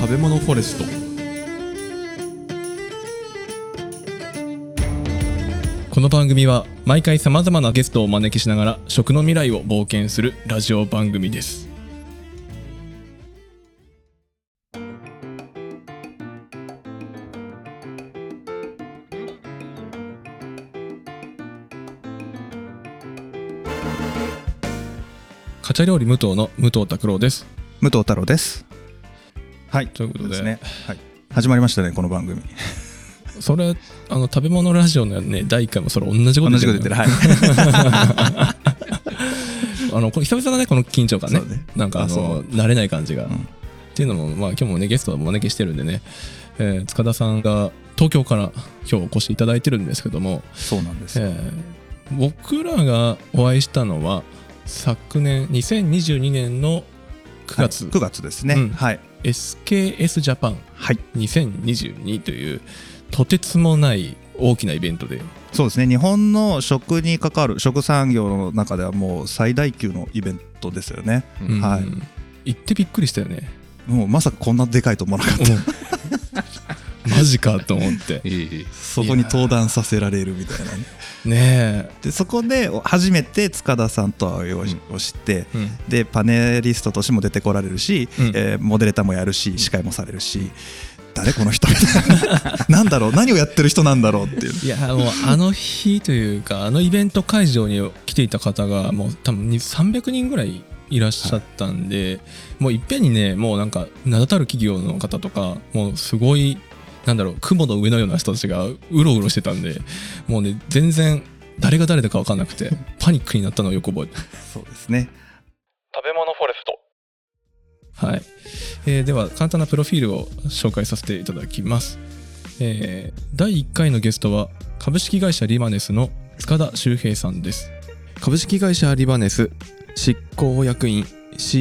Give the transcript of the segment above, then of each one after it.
食べ物フォレスト。この番組は毎回さまざまなゲストをお招きしながら食の未来を冒険するラジオ番組です。カチャ料理無糖の武藤拓郎です。 武藤太郎です。はい、 ということでですね、はい、始まりましたね、この番組。 それ食べ物ラジオのね第1回もそれ同じこと言ってる、 はいこれ久々だね、この緊張感ね。なんか慣れない感じが、っていうのも、まあ、今日もねゲストをお招きしてるんでね、塚田さんが東京から今日お越しいただいてるんですけども、 そうなんですよ、 僕らがお会いしたのは昨年2022年の9月、 9月ですね、はい、 SKS ジャパン2022というとてつもない大きなイベントで、 そうですね、日本の食に関わる食産業の中ではもう最大級のイベントですよね、はい、 行ってびっくりしたよね。 もうまさかこんなでかいと思わなかったマジかと思ってそこに登壇させられるみたいなね。 ねでそこで初めて塚田さんと会うを知って、でパネリストとしても出てこられるし、モデレーターもやるし司会もされるし、誰この人みたいななんだろう、何をやってる人なんだろうっていう。 いやもうあの日というかあのイベント会場に来ていた方がもう多分300人ぐらいいらっしゃったんで、もういっぺんにね、もうなんか名だたる企業の方とか、もうすごいなんだろう、雲の上のような人たちがうろうろしてたんで、もうね全然誰が誰だか分かんなくてパニックになったのをよく覚えてそうですね、 食べ物フォレスト。はい、では簡単なプロフィールを紹介させていただきます。第1回のゲストは株式会社リバネスの塚田修平さんです。株式会社リバネス執行役員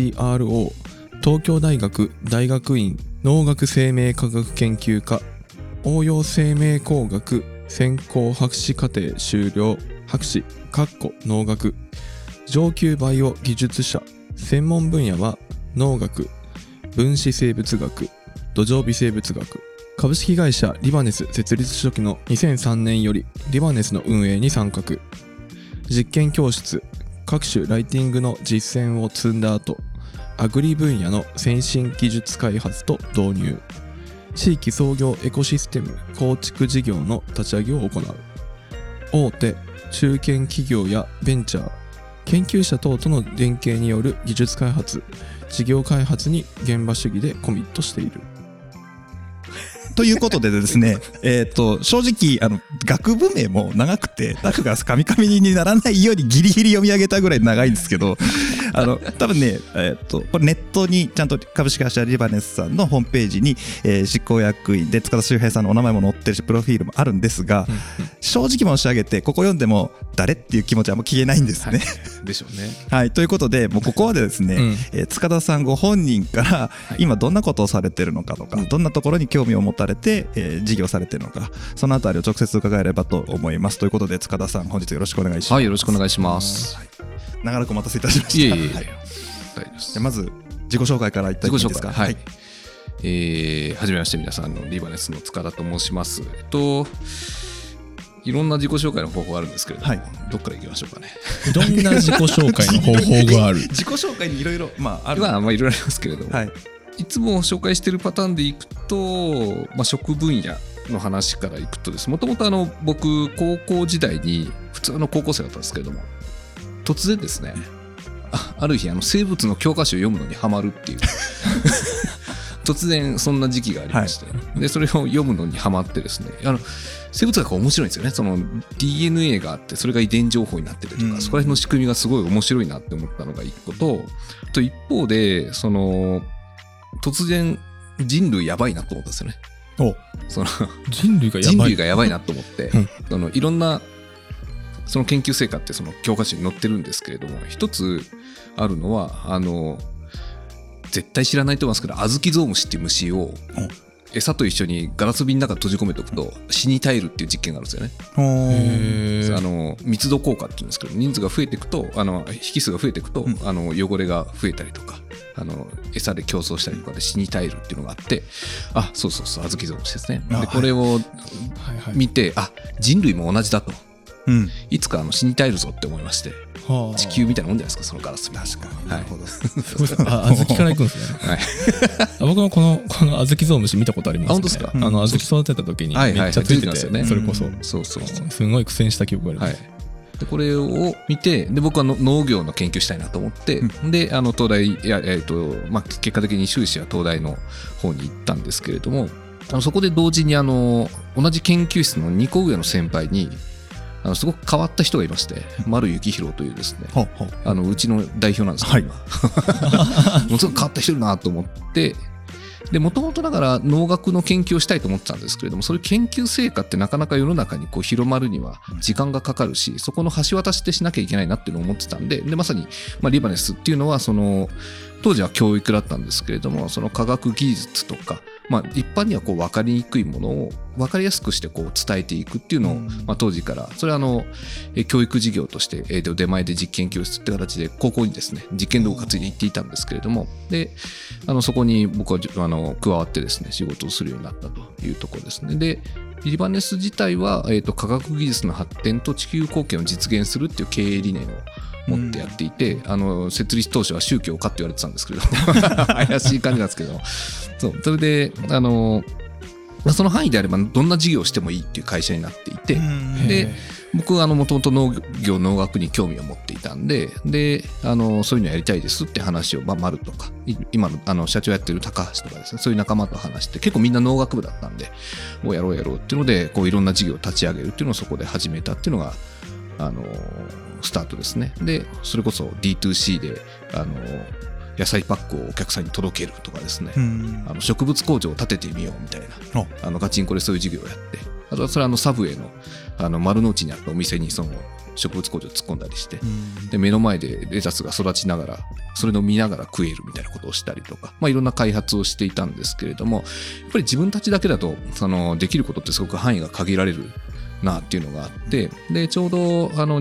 CRO、 東京大学大学院農学生命科学研究科、応用生命工学専攻博士課程修了博士農学、上級バイオ技術者、専門分野は農学、分子生物学、土壌微生物学。株式会社リバネス設立初期の2003年よりリバネスの運営に参画。実験教室、各種ライティングの実践を積んだ後、アグリ分野の先進技術開発と導入、地域創業エコシステム構築事業の立ち上げを行う。大手中堅企業やベンチャー、研究者等との連携による技術開発、事業開発に現場主義でコミットしている。 ということでですね、正直学部名も長くてタクがカミカミにならないようにギリギリ読み上げたぐらい長いんですけど、多分ね、これネットにちゃんと株式会社リバネスさんのホームページに、執行役員で塚田修平さんのお名前も載ってるしプロフィールもあるんですが、正直申し上げてここ読んでも誰っていう気持ちはもう消えないんですね、 でしょうね。 はい、ということでもうここはですね、塚田さんご本人から今どんなことをされてるのかとか、どんなところに興味を持たれて、事業されてるのか、そのあたりを直接伺えればと思います。ということで塚田さん、本日よろしくお願いします。 はい、よろしくお願いします。 はい、長らくお待たせいたしました。 いえ、 じゃまず自己紹介からいっただいていいですか。 はい、はじめまして、皆さんリバネスの塚田と申します。いろんな自己紹介の方法あるんですけれども、どっからいきましょうかね。 どんな自己紹介の方法がある自己紹介にいろいろある、 いろいろありますけれども、いつも紹介しているパターンでいくと、食分野の話からいくとです、もともと僕高校時代に普通の高校生だったんですけれども、突然ですね、ある日生物の教科書を読むのにハマるっていう突然そんな時期がありまして、でそれを読むのにハマってですね、生物学が面白いんですよね。その DNA があってそれが遺伝情報になってるとか、そこら辺の仕組みがすごい面白いなって思ったのが一個と、一方で突然人類やばいなと思ったんですよね。 人類がやばいなと思って、いろんなその研究成果ってその教科書に載ってるんですけれども、一つあるのは絶対知らないと思いますけど、アズキゾウムシっていう虫を餌と一緒にガラス瓶の中に閉じ込めておくと死に絶えるっていう実験があるんですよね。密度効果っていうんですけど、人数が増えていくと引数が増えていくと、汚れが増えたりとか餌で競争したりとかで死に絶えるっていうのがあって、そうそうそう、小豆ゾウムシですね。 あでこれを見て、人類も同じだと、いつか死に絶えるぞって思いまして、地球みたいなもんじゃないですか、そのガラスみたいな。 確かに、なるほど。 小豆から行くんですね。 はい、 僕もこの小豆ゾウムシ見たことありますね。 本当ですか？ 小豆育てた時にめっちゃついてて、それこそそうそうそう、 すごい苦戦した記憶があります。 でこれを見て、で僕は農業の研究したいなと思って、で東大結果的に修士は東大の方に行ったんですけれども、そこで同時に同じ研究室の2個上の先輩にすごく変わった人がいまして、丸幸宏というですね、うちの代表なんですけど、ものすごく変わった人いるなと思って、でもともとだから農学の研究をしたいと思ってたんですけれども、それ研究成果ってなかなか世の中にこう広まるには時間がかかるし、そこの橋渡しってしなきゃいけないなっていうのを思ってたんで、まさにリバネスっていうのは当時は教育だったんですけれども、その科学技術とか、一般にはこう分かりにくいものを分かりやすくしてこう伝えていくっていうのを、当時からそれは教育事業として、出前で実験教室って形で高校にですね実験道具を担いで行っていたんですけれども、でそこに僕は加わってですね仕事をするようになったというところですね。でリバネス自体は、科学技術の発展と地球貢献を実現するっていう経営理念を持ってやっていて、設立当初は宗教かって言われてたんですけれども怪しい感じなんですけど、それでその範囲であればどんな事業をしてもいいっていう会社になっていて、で僕はもともと農業農学に興味を持っていたんで、そういうのやりたいですって話を、丸とか今の社長やってる高橋とかですね、そういう仲間と話して、結構みんな農学部だったんでやろうっていうのでこういろんな事業を立ち上げるっていうのをそこで始めたっていうのがスタートですね。でそれこそ D2C で野菜パックをお客さんに届けるとかですね、植物工場を建ててみようみたいな、ガチンコでそういう事業をやって、あとはそれはサブウェイの丸の内にあったお店にその植物工場を突っ込んだりして、で目の前でレタスが育ちながらそれを見ながら食えるみたいなことをしたりとか、いろんな開発をしていたんですけれども、やっぱり自分たちだけだとできることってすごく範囲が限られるなっていうのがあって、でちょうど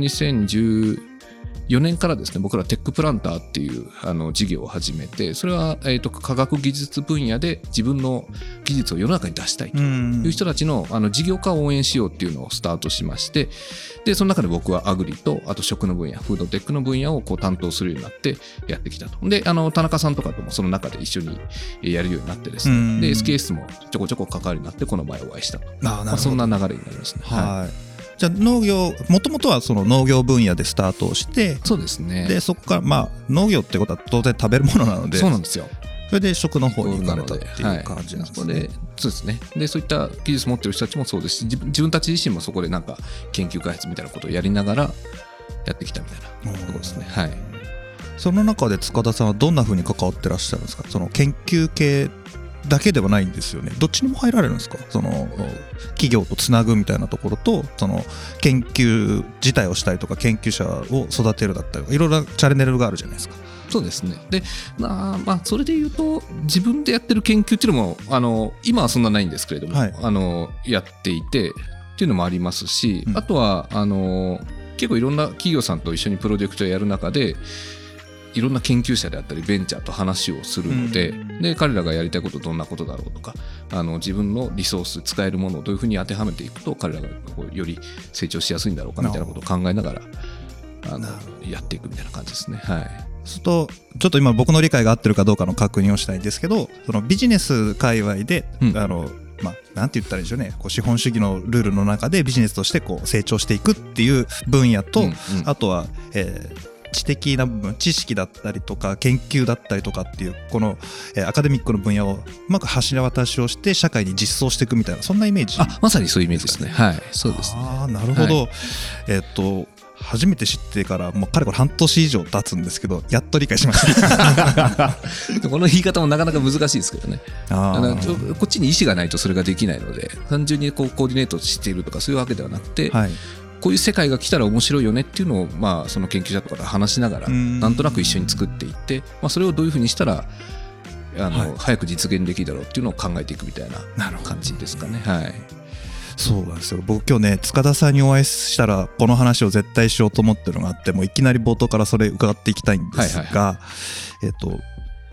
2014年からですね、僕らテックプランターっていう事業を始めて、それは科学技術分野で自分の技術を世の中に出したいという人たちの事業化を応援しようっていうのをスタートしまして、でその中で僕はアグリとあと食の分野、フードテックの分野をこう担当するようになってやってきたと。で田中さんとかともその中で一緒にやるようになってですね、で SKS もちょこちょこ関わりになってこの前お会いしたと。そんな流れになりますね。 じゃあ農業、もともとはその農業分野でスタートをして、 そうですね。 でそこから農業ってことは当然食べるものなので、 そうなんですよ。 それで食の方に行かれたっていう感じなんですね。 そうですね。でそういった技術持ってる人たちもそうですし、自分たち自身もそこでなんか研究開発みたいなことをやりながらやってきたみたいなところですね。 その中で塚田さんはどんなふうに関わってらっしゃるんですか？その研究系だけではないんですよね。どっちにも入られるんですか？その企業とつなぐみたいなところと、その研究自体をしたりとか研究者を育てるだったり、いろいろなチャンネルがあるじゃないですか。 そうですね。でそれで言うと自分でやってる研究っていうのも今はそんなないんですけれども、やっていてっていうのもありますし、あとは結構いろんな企業さんと一緒にプロジェクトをやる中でいろんな研究者であったりベンチャーと話をするので、で彼らがやりたいことどんなことだろうとか、自分のリソース使えるものをどういうふうに当てはめていくと彼らがこうより成長しやすいんだろうかみたいなことを考えながらやっていくみたいな感じですね。 そうするとちょっと今僕の理解が合ってるかどうかの確認をしたいんですけど、そのビジネス界隈で、なんて言ったらいいでしょうね、こう資本主義のルールの中でビジネスとしてこう成長していくっていう分野と、あとは、知的な部分、知識だったりとか研究だったりとかっていうこの、アカデミックの分野をうまく橋渡しをして社会に実装していくみたいな、そんなイメージ。 まさにそういうイメージですね。そうですね。 なるほど。初めて知ってからもうかれこれ半年以上経つんですけど、やっと理解しましたこの言い方もなかなか難しいですけどね。こっちに意思がないとそれができないので、単純にこうコーディネートしているとかそういうわけではなくて、こういう世界が来たら面白いよねっていうのを、その研究者とかと話しながらなんとなく一緒に作っていって、それをどういうふうにしたら早く実現できるだろうっていうのを考えていくみたいな感じですかね。 そうなんですよ。僕今日ね塚田さんにお会いしたらこの話を絶対しようと思ってるのがあって、もういきなり冒頭からそれ伺っていきたいんですが、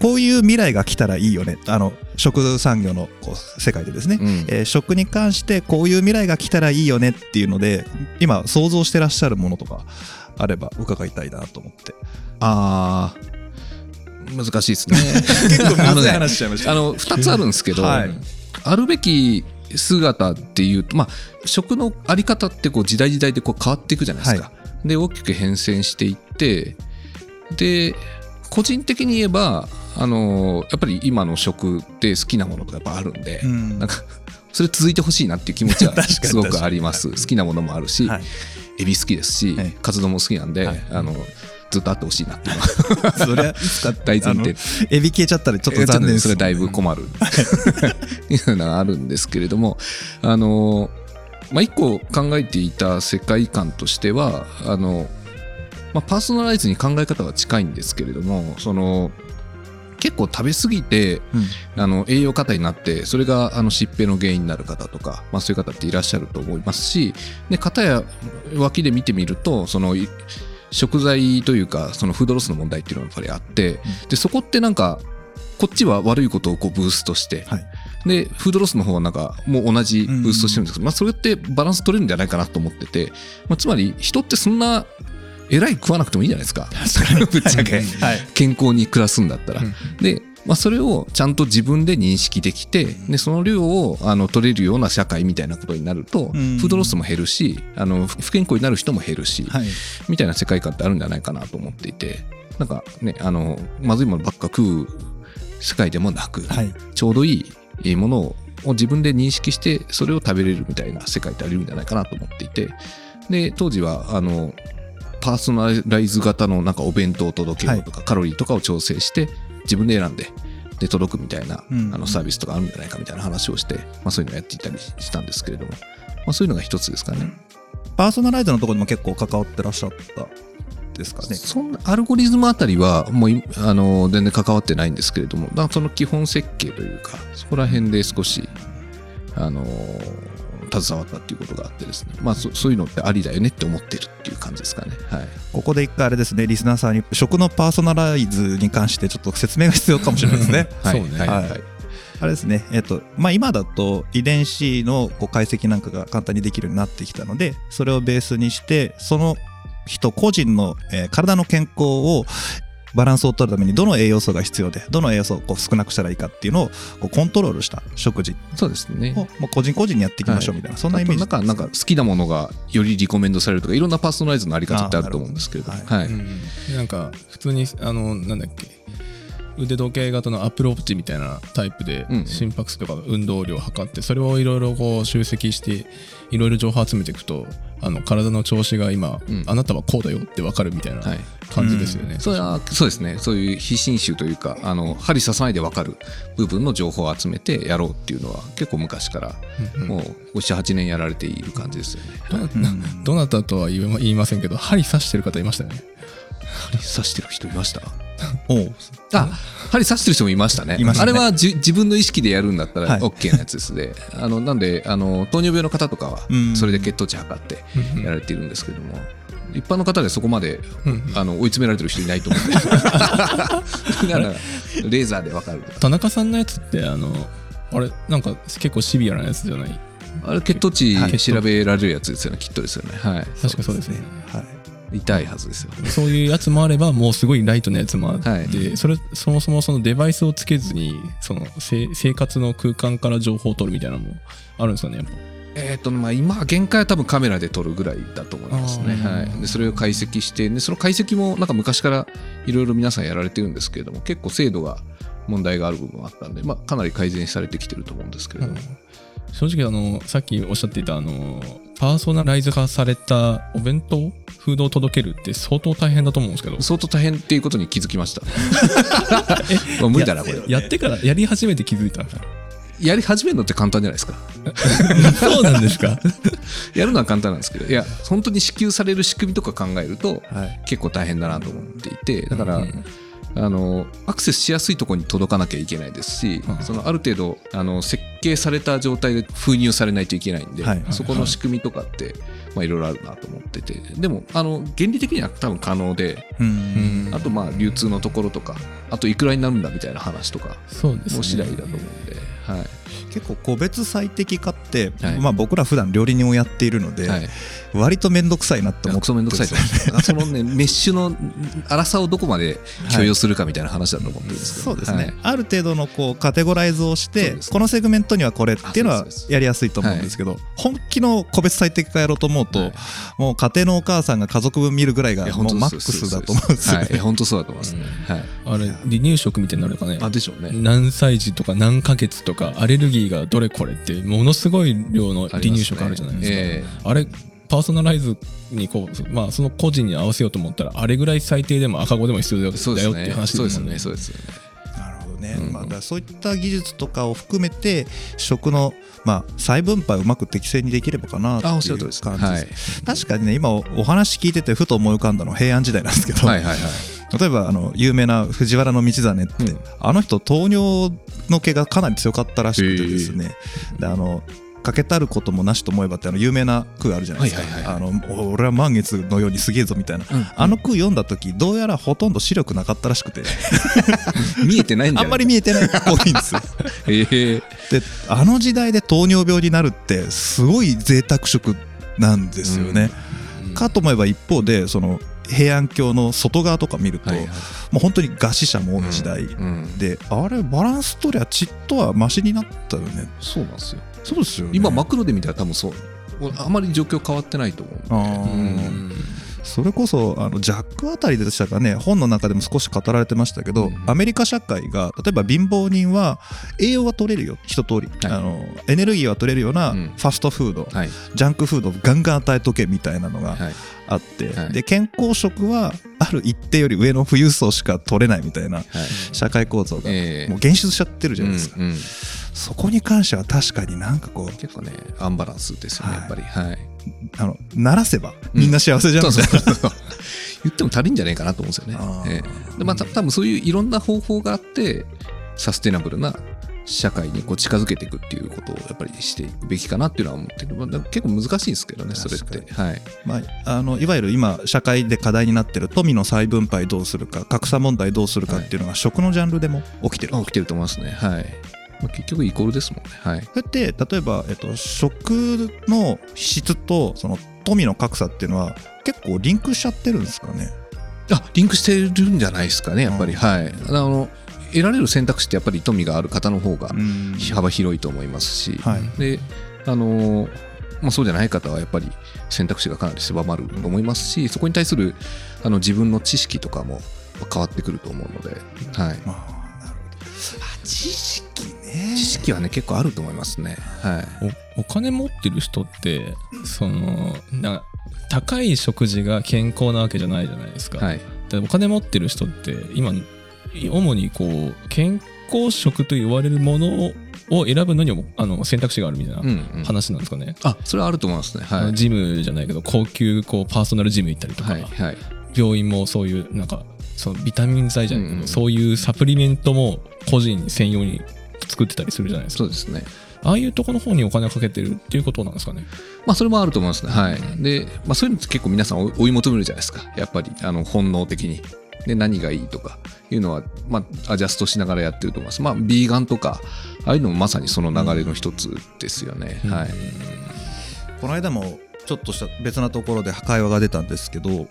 こういう未来が来たらいいよね、食産業のこう世界でですね、食に関してこういう未来が来たらいいよねっていうので今想像してらっしゃるものとかあれば伺いたいなと思って。 難しいですね。 結構難しい話しちゃいました。 2つあるんですけど、 はい、 あるべき姿っていうと、食のあり方ってこう時代時代でこう変わっていくじゃないですか。はい、で大きく変遷していって、で個人的に言えばやっぱり今の食って好きなものとかやっぱあるんで、なんかそれ続いてほしいなっていう気持ちはすごくあります。好きなものもあるし、エビ好きですし、カツ丼も好きなんで、ずっとあってほしいなっていうのはそれはいつか大前提。 エビ消えちゃったらちょっと残念です、ね、 それはだいぶ困るいうのがあるんですけれども、一個考えていた世界観としてはパーソナライズに考え方は近いんですけれども、結構食べ過ぎて、栄養過多になってそれが疾病の原因になる方とか、そういう方っていらっしゃると思いますし、で片や脇で見てみると食材というかフードロスの問題っていうのがやっぱりあって、でそこってなんかこっちは悪いことをこうブーストして、でフードロスの方はなんかもう同じブーストしてるんですけど、それってバランス取れるんじゃないかなと思ってて、つまり人ってそんなえらい食わなくてもいいじゃないですか。ぶっちゃけ健康に暮らすんだったら。でそれをちゃんと自分で認識できて、でその量を取れるような社会みたいなことになると、フードロスも減るし不健康になる人も減るし、みたいな世界観ってあるんじゃないかなと思っていて、なんかねまずいものばっか食う世界でもなく、ちょうどいいものを自分で認識してそれを食べれるみたいな世界ってあるんじゃないかなと思っていて、で当時はパーソナライズ型のなんかお弁当を届けようとか、カロリーとかを調整して自分で選んで届くみたいなサービスとかあるんじゃないかみたいな話をして、そういうのをやっていたりしたんですけれども、そういうのが一つですかね。 パーソナライズのところにも結構関わってらっしゃったですかね。 そんなアルゴリズムあたりはもう全然関わってないんですけれども、その基本設計というかそこら辺で少し携わったっていうことがあってですね、そういうのってありだよねって思ってるっていう感じですかね。 ここで一回あれですね、リスナーさんに食のパーソナライズに関してちょっと説明が必要かもしれないですね。 そうね。 あれですね、今だと遺伝子の解析なんかが簡単にできるようになってきたので、それをベースにしてその人個人の体の健康をバランスを取るためにどの栄養素が必要でどの栄養素を少なくしたらいいかっていうのをコントロールした食事をもう個人個人にやっていきましょうみたいな、そんなイメージ。 なんか好きなものがよりリコメンドされるとかいろんなパーソナライズのあり方ってあると思うんですけれども、 なんか普通になんだっけ、腕時計型のアップルウォッチみたいなタイプで心拍数とか運動量を測ってそれをいろいろこう集積していろいろ情報を集めていくと体の調子が今、あなたはこうだよって分かるみたいな感じですよね。 それはそうですね。そういう非侵襲というか針刺さないで分かる部分の情報を集めてやろうっていうのは結構昔からもう 7,8 年やられている感じですよね。 どなたとは言いませんけど針刺してる方いましたよね。 針刺してる人いました。針刺してる人もいましたね。あれは自分の意識でやるんだったら OK なやつですね。なんで糖尿病の方とかはそれで血糖値測ってやられているんですけども、一般の方でそこまで追い詰められてる人いないと思うんでレーザーで分かる。 田中さんのやつってあれなんか結構シビアなやつじゃない？ あれ血糖値調べられるやつですよね、きっとですよね。 確かそうですね。 痛いはずですよ。 そういうやつもあればもうすごいライトなやつもあって、そもそもそのデバイスをつけずにその生活の空間から情報を取るみたいなのもあるんですかね、やっぱ。 今は限界は多分カメラで撮るぐらいだと思いますね。でそれを解析してでその解析もなんか昔からいろいろ皆さんやられてるんですけれども、結構精度が問題がある部分があったんで、かなり改善されてきてると思うんですけれども、 正直さっきおっしゃっていたパーソナライズ化されたお弁当フードを届けるって相当大変だと思うんですけど。 相当大変っていうことに気づきました無理だなこれ。 やってからやり始めて気づいたんですか？ やり始めるのって簡単じゃないですかそうなんですかやるのは簡単なんですけど、いや本当に支給される仕組みとか考えると、結構大変だなと思っていて、だから、 アクセスしやすいところに届かなきゃいけないですし、そのある程度設計された状態で封入されないといけないんで、そこの仕組みとかっていろいろあるなと思ってて、でも原理的には多分可能で、あと流通のところとか、あといくらになるんだみたいな話とかも次第だと思うんで、はい、 結構個別最適化って、僕ら普段料理人をやっているので、割と面倒くさいなって思ってるんですよね。 そのねメッシュの粗さをどこまで許容するかみたいな話だと思ってるんですけど、 そうですね、ある程度のカテゴライズをして、このセグメントにはこれっていうのはやりやすいと思うんですけど、本気の個別最適化やろうと思うと、もう家庭のお母さんが家族分見るぐらいがもうマックスだと思うんですよね。 本当そうだと思いますね。 あれ離乳食みたいになるかね。 でしょうね。 何歳児とか何ヶ月とかアレルギーがどれこれってものすごい量の離乳食あるじゃないですか。あれパーソナライズにその個人に合わせようと思ったらあれぐらい最低でも赤子でも必要だよっていう話ですもんね。 そうですよね。 なるほどね。だからそういった技術とかを含めて食の再分配をうまく適正にできればかなっていう感じです。確かにね、今お話聞いててふと思い浮かんだのは平安時代なんですけど、例えば有名な藤原道真って、あの人糖尿の毛がかなり強かったらしくてですね、でかけたることもなしと思えばって有名な句あるじゃないですか。俺は満月のようにすげえぞみたいな、あの句読んだ時どうやらほとんど視力なかったらしくて見えてないんだよ、 あんまり見えてないっぽいんですよ。であの時代で糖尿病になるってすごい贅沢食なんですよね。かと思えば一方でその平安京の外側とか見ると、もう本当に餓死者も多い時代で、あれバランス取りゃちっとはマシになったよね。 そうなんですよ。 そうですよね。 今マクロで見たら多分そう、あまり状況変わってないと思う。 それこそジャックあたりでしたかね、本の中でも少し語られてましたけど、アメリカ社会が例えば貧乏人は栄養が取れるよ一通り、エネルギーは取れるようなファストフード、ジャンクフードをガンガン与えとけみたいなのがあって、で健康食はある一定より上の富裕層しか取れないみたいな社会構造がもう現出しちゃってるじゃないですか。そこに関しては確かになんか結構ねアンバランスですよね、やっぱり。 鳴らせばみんな幸せじゃんみたいな、 言っても足りんじゃないかなと思うんですよね。で多分そういういろんな方法があってサステナブルな社会に近づけていくっていうことをやっぱりしていくべきかなっていうのは思ってる。結構難しいんですけどね、それって。 いわゆる今社会で課題になってる富の再分配どうするか、格差問題どうするかっていうのが食のジャンルでも起きてる。 起きてると思いますね。結局イコールですもんね。 それって例えば、食の質とその富の格差っていうのは結構リンクしちゃってるんですかね。 リンクしてるんじゃないですかね、やっぱり。得られる選択肢ってやっぱり富がある方の方が幅広いと思いますし、でそうじゃない方はやっぱり選択肢がかなり狭まると思いますし、そこに対する自分の知識とかも変わってくると思うので。 知識はね結構あると思いますね。 お金持ってる人って高い食事が健康なわけじゃないじゃないですか。でお金持ってる人って今主に健康食と言われるものを選ぶのにも選択肢があるみたいな話なんですかね。 それはあると思いますね。 ジムじゃないけど高級パーソナルジム行ったりとか、病院もそういうそのビタミン剤じゃないけど、そういうサプリメントも個人専用に作ってたりするじゃないですか。 そうですね。 ああいうところの方にお金をかけてるっていうことなんですかね。 それもあると思いますね。で、そういうのって結構皆さん追い求めるじゃないですか。やっぱり本能的に。で何がいいとかいうのはアジャストしながらやってると思います。ビーガンとかああいうのもまさにその流れの一つですよね。 この間もちょっとした別なところで会話が出たんですけど、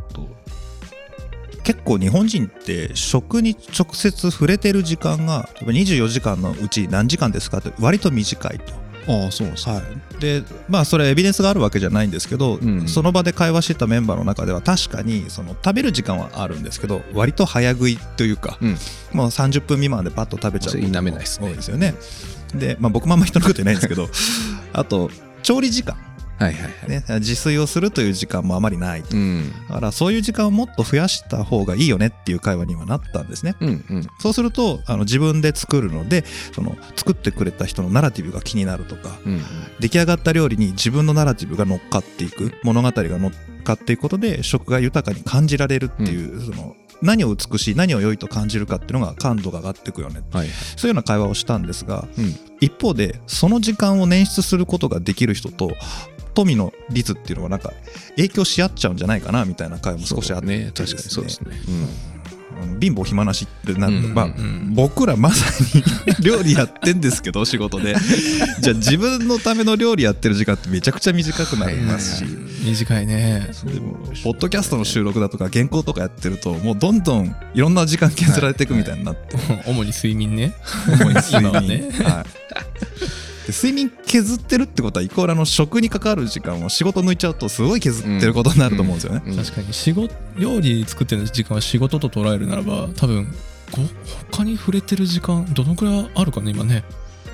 結構日本人って食に直接触れてる時間が24時間のうち何時間ですかって割と短いと。 そうです。 でそれはエビデンスがあるわけじゃないんですけど、その場で会話してたメンバーの中では確かに食べる時間はあるんですけど割と早食いというか、もう30分未満でパッと食べちゃうことも多いですよね。で、僕もあんま人のこと言えないんですけどあと調理時間、自炊をするという時間もあまりない、だからそういう時間をもっと増やした方がいいよねっていう会話にはなったんですね。そうすると自分で作るので作ってくれた人のナラティブが気になるとか、出来上がった料理に自分のナラティブが乗っかっていく、物語が乗っかっていくことで食が豊かに感じられるっていう、 何を美しい何を良いと感じるかっていうのが感度が上がっていくよね、 はい、 そういうような会話をしたんですが、 うん、 一方でその時間を捻出することができる人と富の率っていうのはなんか影響し合っちゃうんじゃないかなみたいな会話も少しあってね、確かにそうですね、 貧乏暇なしってなると、まあ、 うん、 僕らまさに料理やってんですけど仕事でじゃあ自分のための料理やってる時間ってめちゃくちゃ短くなりますし、 短いね。 でもポッドキャストの収録だとか原稿とかやってるともうどんどんいろんな時間削られていくみたいになって、 主に睡眠ね。 主に睡眠今はね、 はいで睡眠削ってるってことはイコール食に関わる時間を仕事抜いちゃうとすごい削ってることになると思うんですよね、 確かに料理作ってる時間は仕事と捉えるならば多分他に触れてる時間どのくらいあるかね今ね。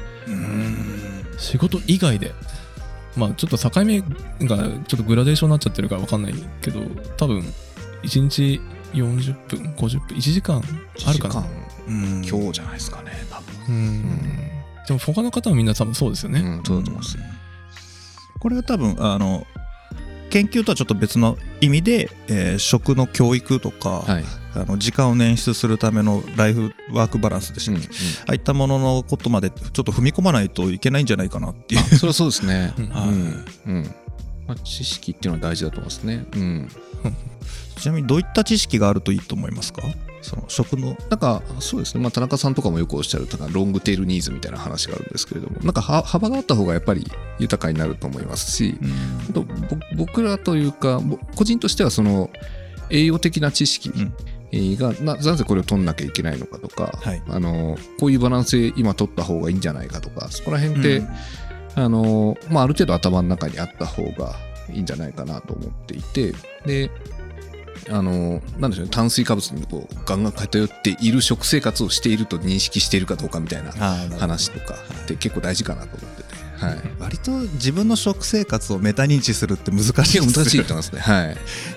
仕事以外でまあちょっと境目がちょっとグラデーションになっちゃってるから分かんないけど多分1日40分50分1時間あるかな。 今日じゃないですかね多分。 でも他の方はみんな多分そうですよね。 そうだと思います。 これは多分研究とはちょっと別の意味で、食の教育とか、はい、時間を捻出するためのライフワークバランスでしたっけ、ああいったもののことまでちょっと踏み込まないといけないんじゃないかなっていう。 それはそうですね。まあ、知識っていうのは大事だと思いますね。 ちなみにどういった知識があるといいと思いますか？その食のなんかそうですね、まあ、田中さんとかもよくおっしゃるロングテールニーズみたいな話があるんですけれども、なんか幅があった方がやっぱり豊かになると思いますし、あと僕らというか個人としてはその栄養的な知識がなぜこれを取んなきゃいけないのかとか、はい、こういうバランスで今取った方がいいんじゃないかとか、そこら辺って、まあ、ある程度頭の中にあった方がいいんじゃないかなと思っていて、でなんでしょうね、炭水化物にこうガンガン偏っている食生活をしていると認識しているかどうかみたいな話とかって結構大事かなと思ってて、はい、 割と自分の食生活をメタ認知するって難しいですよね。 難しいと思いますね、はい、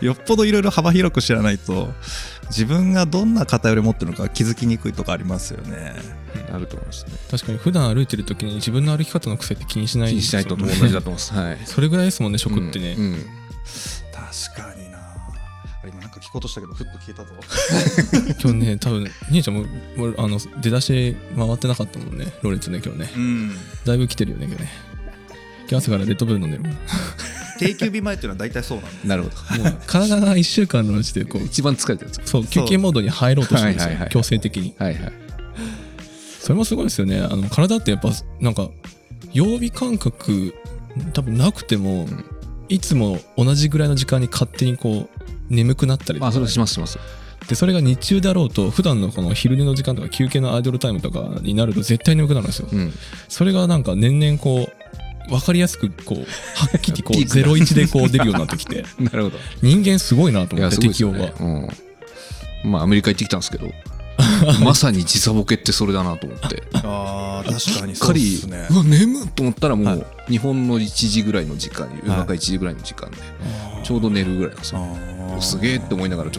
よっぽどいろいろ幅広く知らないと自分がどんな偏りを持ってるのか気づきにくいとかありますよね。 あると思いますね。 確かに普段歩いてる時に自分の歩き方の癖って気にしないですよね。 気にしないと同じだと思います、はい、 それぐらいですもんね食ってね、 確かにな。今なんか聞こうとしたけどふっと消えたぞ今日ね多分兄ちゃんも出だし回ってなかったもんね、ロレツね今日ね、だいぶ来てるよね今日ね。今日朝からレッドブル飲んでるもん定休日前っていうのは大体そうなんだ。 なるほど。 もう体が1週間のうちでこう一番疲れてるんです。 そう休憩モードに入ろうとしてるんですよ、強制的に、それもすごいですよね。体ってやっぱなんか曜日感覚多分なくても、いつも同じぐらいの時間に勝手にこう眠くなったりとか、 それしますでそれが日中だろうと普段のこの昼寝の時間とか休憩のアイドルタイムとかになると絶対眠くなるんですよ、それがなんか年々こう分かりやすくこうはっきりこう01でこう出るようになってきてなるほど、 人間すごいなと思って適応が、 まあアメリカ行ってきたんですけどまさに時差ボケってそれだなと思って、 確かにそうですね。 うわ眠っと思ったらもう日本の1時ぐらいの時間に、夜中1時ぐらいの時間でちょうど寝るぐらいなんですよ。すげえって思いながら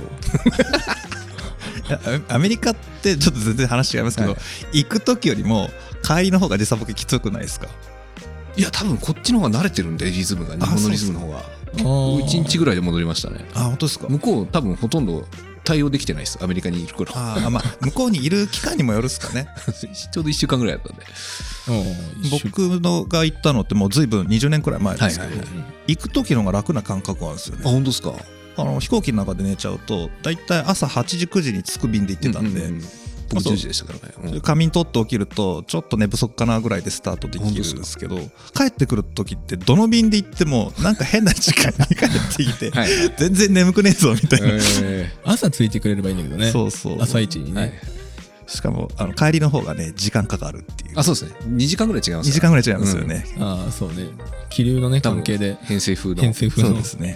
アメリカってちょっと全然話違いますけど、行く時よりも帰りの方が時差ボケきつくないですか？ いや多分こっちの方が慣れてるんで、リズムが日本のリズムの方が1日ぐらいで戻りましたね。 本当ですか？ 向こう多分ほとんど対応できてないです、アメリカにいる頃。 向こうにいる期間にもよるっすかねちょうど1週間ぐらいだったんで。 僕のが行ったのってもう随分20年くらい前ですけど、行く時の方が楽な感覚があるんですよね。 本当ですか？ 飛行機の中で寝ちゃうとだいたい朝8時9時に着く便で行ってたんで、 僕10時でしたからね。 仮眠取って起きるとちょっと寝不足かなぐらいでスタートできるんですけど、帰ってくる時ってどの便で行ってもなんか変な時間に帰ってきて全然眠くねえぞみたいな、 朝ついてくれればいいんだけどね。そう朝一にね、 しかも帰りの方がね時間かかるっていう。 そうですね、2時間ぐらい違います。 2時間ぐらい違いますよね。 そうね、気流のね関係で偏西風のそうですね。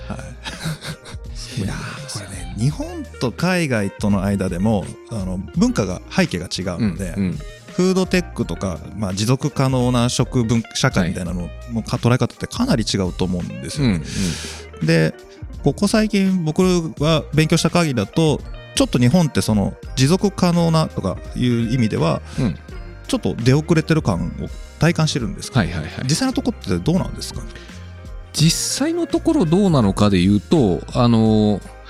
いやこれね、日本と海外との間でも文化が背景が違うので、フードテックとか、持続可能な食文社会みたいなのの捉え方ってかなり違うと思うんですよね。でここ最近僕は勉強した限りだとちょっと日本ってその持続可能なとかいう意味ではちょっと出遅れてる感を体感してるんですけど、実際のところってどうなんですかね？ 実際のところどうなのかでいうと、と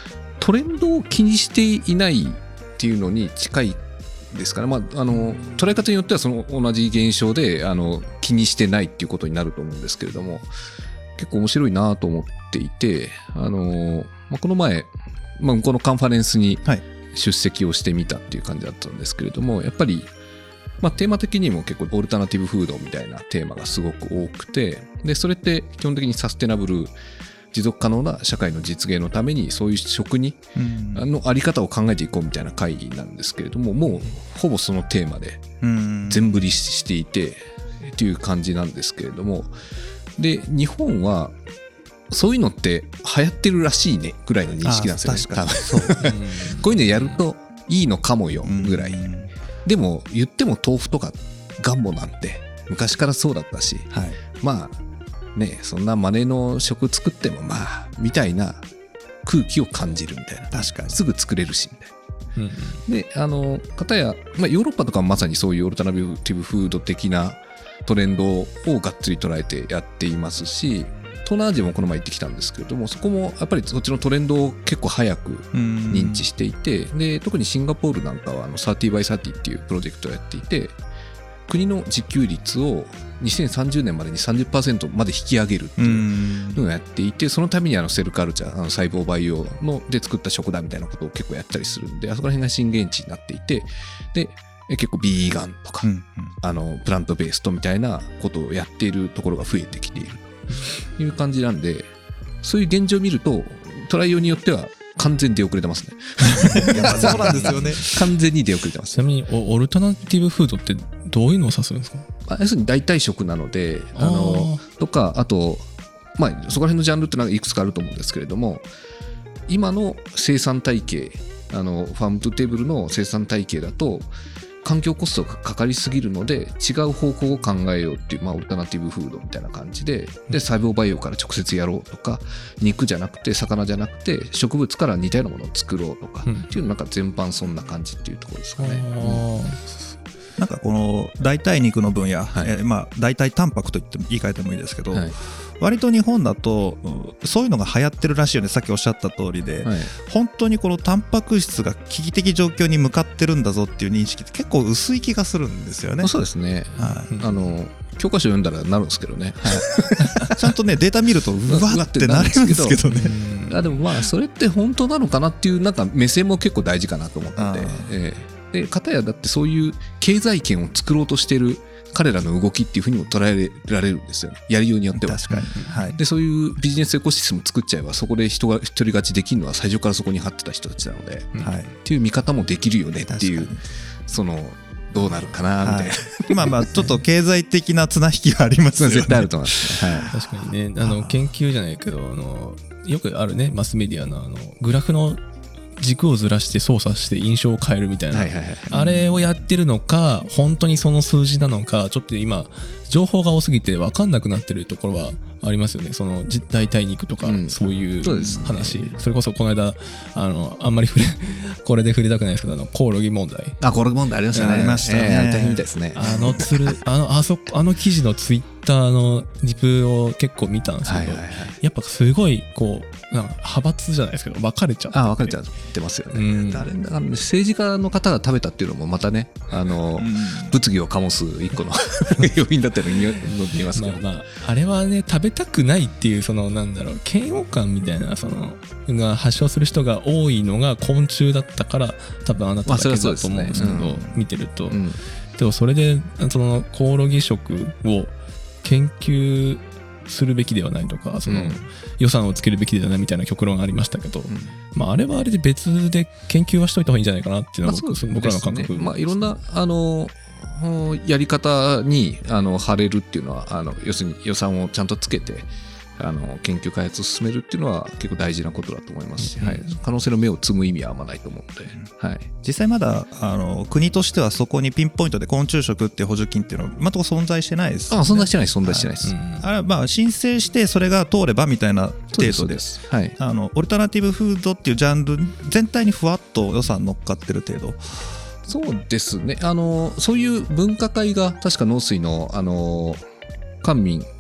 トレンドを気にしていないっていうのに近いですから、捉え方によってはその同じ現象で気にしてないっていうことになると思うんですけれども、結構面白いなと思っていて、この前、このカンファレンスに出席をしてみたっていう感じだったんですけれども、やっぱりテーマ的にも結構オルタナティブフードみたいなテーマがすごく多くて、でそれって基本的にサステナブル持続可能な社会の実現のためにそういう食にのあり方を考えていこうみたいな会議なんですけれども、もうほぼそのテーマで全振りしていてっていう感じなんですけれども、で日本はそういうのって流行ってるらしいねぐらいの認識なんですよね。 確かにそうこういうのやるといいのかもよぐらい。でも言っても豆腐とかガンボなんて昔からそうだったし、そんな真似の食作ってもみたいな空気を感じるみたいな。 確かにすぐ作れるしみたいな。で片や、ヨーロッパとかはまさにそういうオルタナティブフード的なトレンドをがっつり捉えてやっていますし、東南アジアもこの前行ってきたんですけれども、そこもやっぱりそっちのトレンドを結構早く認知していて、で特にシンガポールなんかは30by30っていうプロジェクトをやっていて、国の自給率を2030年までに 30% まで引き上げるっていうのをやっていて、そのためにセルカルチャー、細胞培養ので作った食だみたいなことを結構やったりするんで、あそこら辺が震源地になっていて、で結構ビーガンとか、プラントベースとみたいなことをやっているところが増えてきているという感じなんで、そういう現状を見ると捉えようによっては完全に出遅れてますね。 そうなんですよね。 完全に出遅れてます。 ちなみにオルタナティブフードってどういうのを指すんですか？ 要するに代替食なので、とか、あとそこら辺のジャンルってのはいくつかあると思うんですけれども、今の生産体系、ファームトゥテーブルの生産体系だと環境コストがかかりすぎるので違う方向を考えようっていう、オルタナティブフードみたいな感じで、細胞培養から直接やろうとか、肉じゃなくて魚じゃなくて植物から似たようなものを作ろうとか、っていうなんか全般そんな感じっていうところですかね。 なんかこの代替肉の分野、代替タンパクと言い換えてもいいですけど、割と日本だとそういうのが流行ってるらしいよね。さっきおっしゃった通りで、本当にこのタンパク質が危機的状況に向かってるんだぞっていう認識って結構薄い気がするんですよね。 そうですね、教科書読んだらなるんですけどね、 ちゃんとねデータ見るとうわってなるんですけどね。 でもそれって本当なのかなっていうなんか目線も結構大事かなと思ってて、で片やだってそういう経済圏を作ろうとしてる彼らの動きっていうふうにも捉えられるんですよね、やりようによっては。 確かに、 でそういうビジネスエコシステムを作っちゃえば、そこで人が一人勝ちできるのは最初からそこに張ってた人たちなので、っていう見方もできるよねっていう、どうなるかなみたいな、 ちょっと経済的な綱引きはありますよね。 絶対あると思います、 確かにね、研究じゃないけどよくあるね、マスメディアのグラフの軸をずらして操作して印象を変えるみたいな、あれをやってるのか本当にその数字なのか、ちょっと今情報が多すぎて分かんなくなってるところはありますよね。その代替肉とか、そういう話、それこそこの間あんまりこれで触れたくないですけどコオロギ問題、 コオロギ問題ありましたね。 ありましたね。 大変みたいですね。 記事のツイッターのリプを結構見たんですけど、やっぱすごいこう派閥じゃないですけど分かれちゃって分かれちゃってますよね。政治家の方が食べたっていうのもまたね、物議を醸す一個の要因だったように見えますけど、 あれはね食べたくないっていう嫌悪感みたいなが発症する人が多いのが昆虫だったから多分あなただけだと思うんですけど、見てると、でもそれでコオロギ食を研究するべきではないとか、予算をつけるべきではないみたいな極論がありましたけど、あれはあれで別で研究はしといた方がいいんじゃないかなっていうのは僕らの感覚。 いろんなやり方に張れるっていうのは要するに予算をちゃんとつけて研究開発を進めるっていうのは結構大事なことだと思いますし、可能性の目を摘む意味はあんまないと思うので、 実際まだ国としてはそこにピンポイントで昆虫食っていう補助金っていうのは今のところ存在してないです、ね。 存在してないです。 あれは申請してそれが通ればみたいな程度です。オルタナティブフードっていうジャンル全体にふわっと予算乗っかってる程度。 そうですね。そういう分科会が確か農水の官民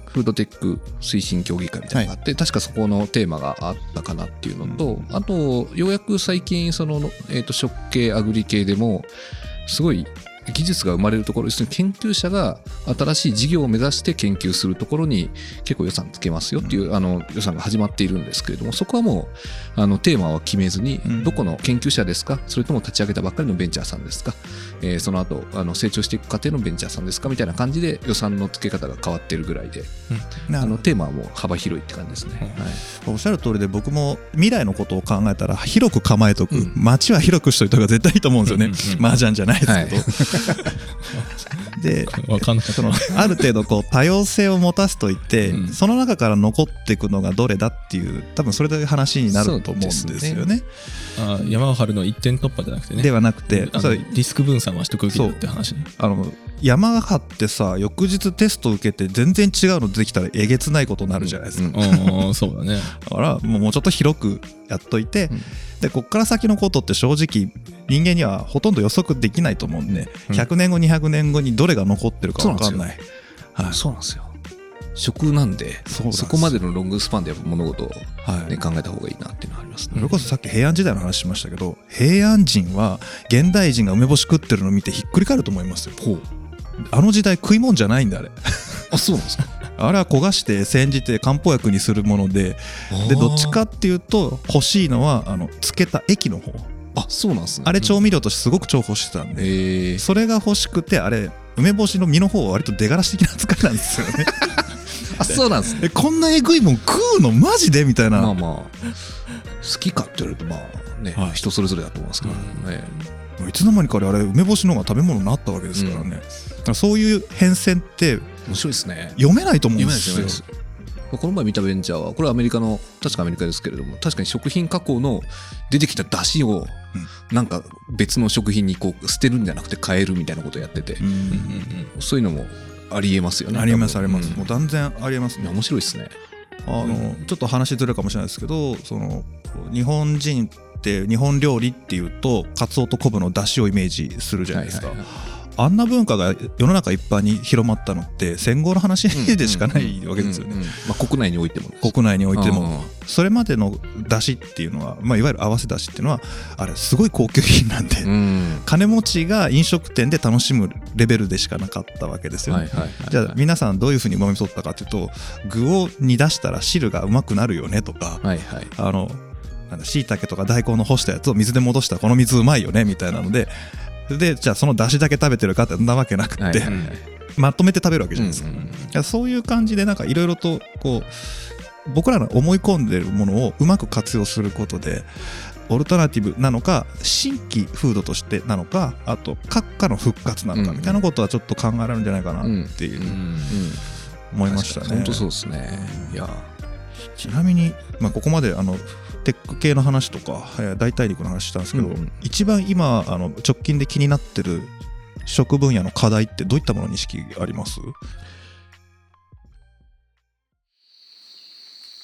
フードテック推進協議会みたいなのがあって、確かそこのテーマがあったかなっていうのと、あとようやく最近その、食系アグリ系でもすごい技術が生まれるところ、要するに研究者が新しい事業を目指して研究するところに結構予算つけますよっていう予算が始まっているんですけれども、そこはもうテーマは決めずに、どこの研究者ですか、それとも立ち上げたばっかりのベンチャーさんですか、その後成長していく過程のベンチャーさんですかみたいな感じで予算の付け方が変わっているぐらいで、テーマはもう幅広いって感じですね。 おっしゃる通りで、僕も未来のことを考えたら広く構えとく、街は広くしといた方が絶対いいと思うんですよね。麻雀じゃないですけど、でそのある程度こう多様性を持たせといて、その中から残っていくのがどれだっていう、多分それで話になると思うんですよね。 山を張るの一点突破じゃなくてね。 ではなくて、 リスク分散はしとくべきだって話ね。 山が張ってさ、翌日テスト受けて全然違うの出てきたらえげつないことになるじゃないですか。 そうだね。 だからもうちょっと広くやっといて、でこっから先のことって正直人間にはほとんど予測できないと思うんで、100年後200年後にどれが残ってるか分かんない。 そうなんですよ。食なんで、そこまでのロングスパンでやっぱ物事を、考えた方がいいなっていうのはありますね。 それこそさっき平安時代の話しましたけど、平安人は現代人が梅干し食ってるのを見てひっくり返ると思いますよ。あの時代食い物じゃないんだあれ。 そうなんですか。 あれは焦がして煎じて漢方薬にするもので、どっちかっていうと欲しいのは漬けた液の方。 そうなんですね。 あれ調味料としてすごく重宝してたんで、それが欲しくて、あれ梅干しの実の方は割と出がらし的な扱いなんですよね。 そうなんですね。 こんなえぐいもん食うのマジでみたいな。 好きかって言われると人それぞれだと思いますけどね。 いつの間にかあれ梅干しの方が食べ物になったわけですからね。そういう変遷って面白いですね。 読めないと思うんですよ。 この前見たベンチャーは、これはアメリカの、確かアメリカですけれども、確かに食品加工の出てきた出汁をなんか別の食品にこう捨てるんじゃなくて変えるみたいなことをやってて、そういうのもありえますよね。 ありえますあります。もう断然ありえますね。 面白いですね。 ちょっと話ずれるかもしれないですけど、日本人って日本料理っていうとカツオと昆布の出汁をイメージするじゃないですか。あんな文化が世の中一般に広まったのって戦後の話でしかないわけですよね。 国内においても。 国内においてもそれまでの出汁っていうのは、いわゆる合わせ出汁っていうのはあれすごい高級品なんで、金持ちが飲食店で楽しむレベルでしかなかったわけですよね。じゃあ皆さんどういうふうに旨味取ったかというと、具を煮出したら汁がうまくなるよねとか、椎茸とか大根の干したやつを水で戻したらこの水うまいよねみたいなので、じゃあその出汁だけ食べてるかってそんなわけなくって、まとめて食べるわけじゃないですか。そういう感じでなんかいろいろとこう僕らの思い込んでるものをうまく活用することで、オルタナティブなのか新規フードとしてなのか、あと閣下の復活なのかみたいなことはちょっと考えられるんじゃないかなっていう思いましたね。 本当そうですね。いやちなみにここまでテック系の話とか代替肉の話したんですけど、一番今直近で気になってる食分野の課題ってどういったものに意識あります？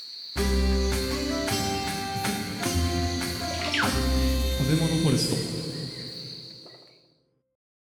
食べ物フォレスト。